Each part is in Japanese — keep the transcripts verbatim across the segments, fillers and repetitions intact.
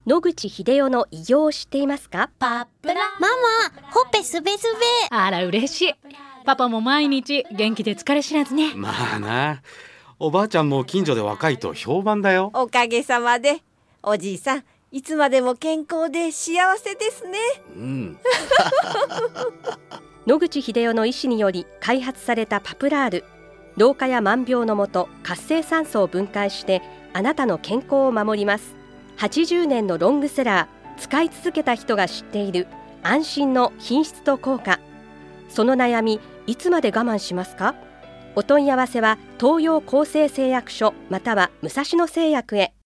野口英世の偉業を知っていますか？ パップラママ、ほっぺすべすべ。 あら嬉しい。パパも毎日元気で疲れ知らずね。 まあな、おばあちゃんも近所で若いと評判だよ。 おかげさまで。おじいさん、いつまでも健康で幸せですね。 うん野口英世の医師により開発されたパプラール、老化や万病のもと活性酸素を分解してあなたの健康を守ります。はちじゅうねんのロングセラー、使い続けた人が知っている安心の品質と効果。その悩み、いつまで我慢しますか？お問い合わせは東洋厚生製薬所または武蔵野製薬へ。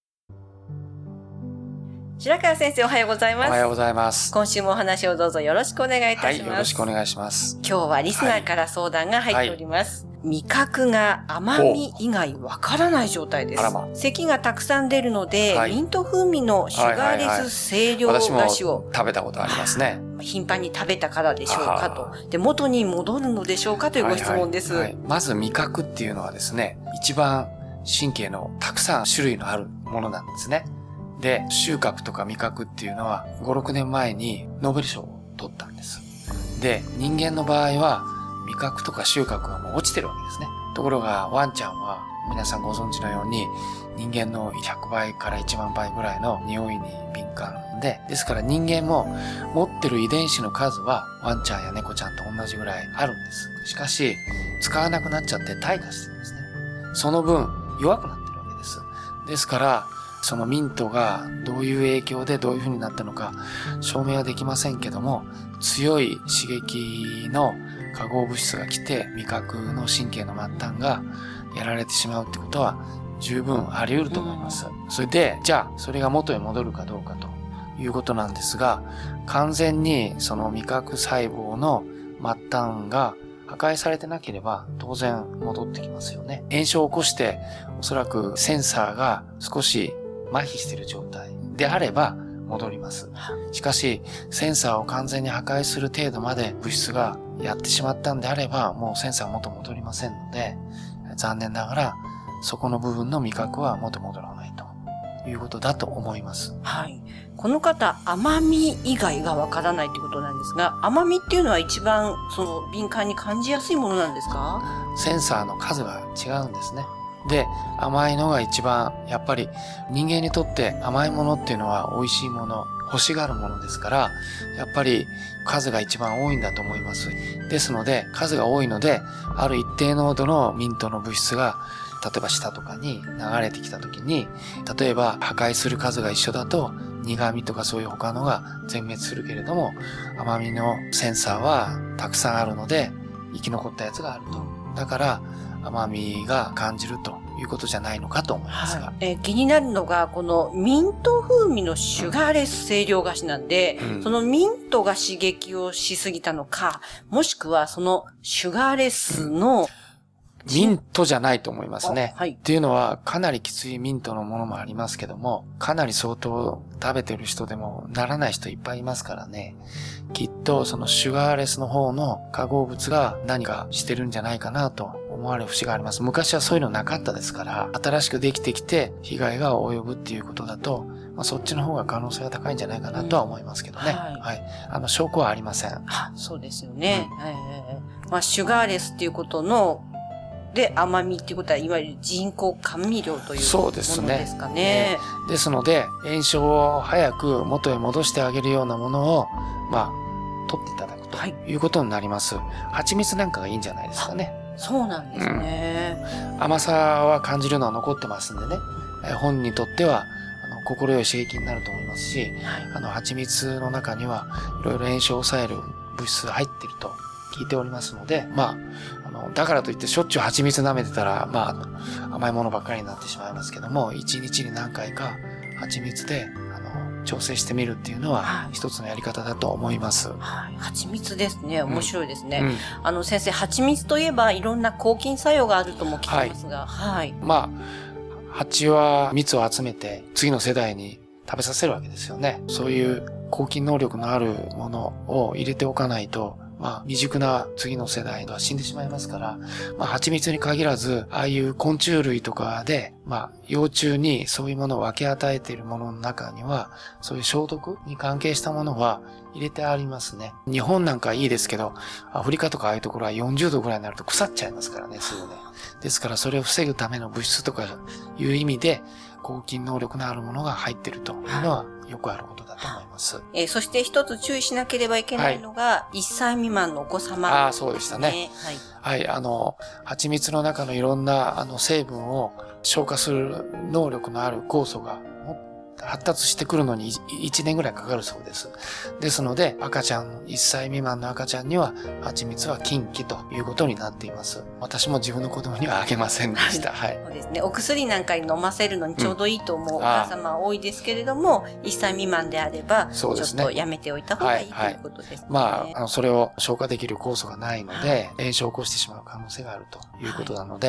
白川先生、おはようございます。 おはようございます。 今週もお話をどうぞよろしくお願いいたします。はい、 よろしくお願いします。 今日はリスナーから相談が入っております。はいはい、味覚が甘み以外わからない状態です。ま、咳がたくさん出るので、はい、ミント風味のシュガーレス清涼菓子を、 私も食べたことありますね。 頻繁に食べたからでしょうかと。で、元に戻るのでしょうかというご質問です。はいはいはい、 まず味覚っていうのはですね、一番神経のたくさん種類のあるものなんですね。で、収穫とか味覚っていうのはご、ろくねんまえにノーベル賞を取ったんです。で、人間の場合は味覚とか収穫はもう落ちてるわけですね。ところがワンちゃんは皆さんご存知のように人間のひゃくばいからいちまんばいぐらいの匂いに敏感で、ですから人間も持ってる遺伝子の数はワンちゃんや猫ちゃんと同じぐらいあるんです。しかし使わなくなっちゃって退化してるんですね。その分弱くなってるわけです。ですからそのミントがどういう影響でどういう風になったのか証明はできませんけども、強い刺激の化合物質が来て味覚の神経の末端がやられてしまうってことは十分あり得ると思います。それで、じゃあそれが元へ戻るかどうかということなんですが、完全にその味覚細胞の末端が破壊されてなければ当然戻ってきますよね。炎症を起こしておそらくセンサーが少し麻痺している状態であれば戻ります。しかしセンサーを完全に破壊する程度まで物質がやってしまったんであればもうセンサーは元戻りませんので、残念ながらそこの部分の味覚は元戻らないということだと思います。 はい。この方、甘み以外がわからないということなんですが、甘みっていうのは一番その敏感に感じやすいものなんですか？ センサーの数が違うんですね。で、甘いのが一番、やっぱり人間にとって甘いものっていうのは美味しいもの、欲しがるものですから、やっぱり数が一番多いんだと思います。ですので、数が多いので、ある一定濃度のミントの物質が、例えば舌とかに流れてきたときに、例えば破壊する数が一緒だと、苦味とかそういう他のが全滅するけれども、甘みのセンサーはたくさんあるので、生き残ったやつがあると。だから、甘みが感じるということじゃないのかと思いますが、はい、 えー、気になるのがこのミント風味のシュガーレス清涼菓子なんで、うん、そのミントが刺激をしすぎたのか、もしくはそのシュガーレスの、うんミントじゃないと思いますね。 はい、 っていうのはかなりきついミントのものもありますけども、かなり相当食べてる人でもならない人いっぱいいますからね。きっとそのシュガーレスの方の化合物が何かしてるんじゃないかなと思われる節があります。昔はそういうのなかったですから、新しくできてきて被害が及ぶっていうことだと、まあ、そっちの方が可能性が高いんじゃないかなとは思いますけどね。はい。はい、あの証拠はありません。 あ、そうですよね。うん、えー、まあシュガーレスっていうことので甘みっていうことはいわゆる人工甘味料というものですかね。ですかね。 ですので炎症を早く元へ戻してあげるようなものをまあ取っていただくということになります。はい、蜂蜜なんかがいいんじゃないですかね。 そうなんですね、 うん。甘さは感じるのは残ってますんでね。本にとってはあの心よい刺激になると思いますし、はい、あの蜂蜜の中にはいろいろ炎症を抑える物質が入っていると聞いておりますので、まあ、あの、だからといってしょっちゅう蜂蜜舐めてたら、まあ、甘いものばっかりになってしまいますけども、一日に何回か蜂蜜で、あの、調整してみるっていうのは、一つのやり方だと思います。 はい。蜂蜜ですね。面白いですね。 うんうん、 あの、先生、蜂蜜といえば、いろんな抗菌作用があるとも聞きますが、はい。はい、 まあ、蜂は蜜を集めて、次の世代に食べさせるわけですよね。そういう抗菌能力のあるものを入れておかないと、 まあ未熟な次の世代は死んでしまいますから、まあ蜂蜜に限らず、ああいう昆虫類とかで、まあ幼虫にそういうものを分け与えているものの中には、そういう消毒に関係したものは入れてありますね。日本なんかいいですけど、アフリカとかああいうところはよんじゅうどぐらいになると腐っちゃいますからね、すぐね。ですからそれを防ぐための物質とかいう意味で、抗菌能力のあるものが入っているというのはよくあることだと思います。 えー、そして一つ注意しなければいけないのが、はい、いっさい未満のお子様、ね。 ああ、そうでしたね。はい。はい、あの、蜂蜜の中のいろんなあの成分を消化する能力のある酵素が発達してくるのにいちねんぐらいかかるそうです。ですので、赤ちゃん、いっさい未満の赤ちゃんには、蜂蜜は禁忌ということになっています。私も自分の子供にはあげませんでした。はい。 そうですね。お薬なんかに飲ませるのにちょうどいいと思うお母様は多いですけれども、いっさい未満であれば、ちょっとやめておいた方がいい、はい、ということですね。 まあ、あのそれを消化できる酵素がないので、炎症を起こしてしまう可能性があるということなので、はい、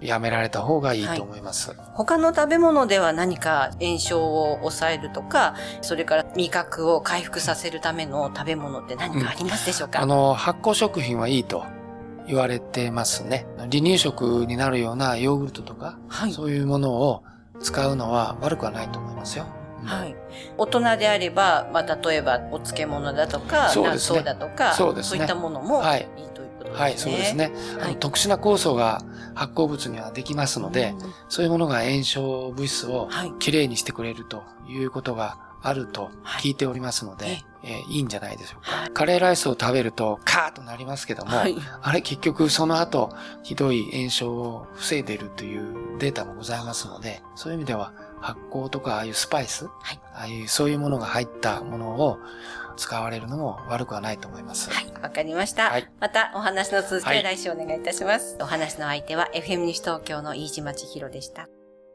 やめられた方がいいと思います。はい、 他の食べ物では何か炎症を抑えるとか、それから味覚を回復させるための食べ物って何かありますでしょうか？ うん、あの、発酵食品はいいと言われてますね。離乳食になるようなヨーグルトとか、はい、そういうものを使うのは悪くはないと思いますよ。 はい。大人であれば、まあ、例えばお漬物だとか、納豆だとか、そうですね。そういったものもいい、はい、ということですね。はい、そうですね。あの、はい、特殊な酵素が発酵物にはできますので、うん、そういうものが炎症物質をきれいにしてくれるということがあると聞いておりますので、はい、えー、いいんじゃないでしょうか。はい、カレーライスを食べるとカーッとなりますけども、はい、あれ結局その後ひどい炎症を防いでいるというデータもございますので、そういう意味では発酵とかああいうスパイス、はい、ああいうそういうものが入ったものを使われるのも悪くはないと思います。 はい、わかりました。はい、またお話の続きは来週お願いいたします。はい、お話の相手は エフエム 西東京の飯島千尋でした。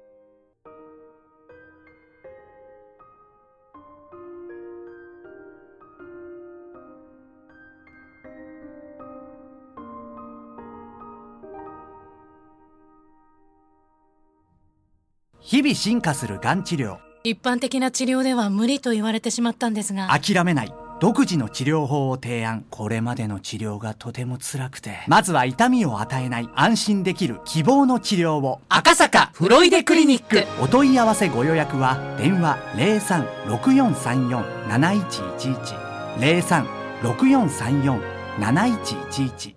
日々進化するがん治療。 一般的な治療では無理と言われてしまったんですが、 諦めない。独自の治療法を提案。これまでの治療がとても辛くて、まずは痛みを与えない、安心できる希望の治療を。 赤坂フロイデクリニック。 お問い合わせご予約は電話 ゼロさん ろくよんさんよん なないちいちいち ゼロさん ろくよんさんよん なないちいちいち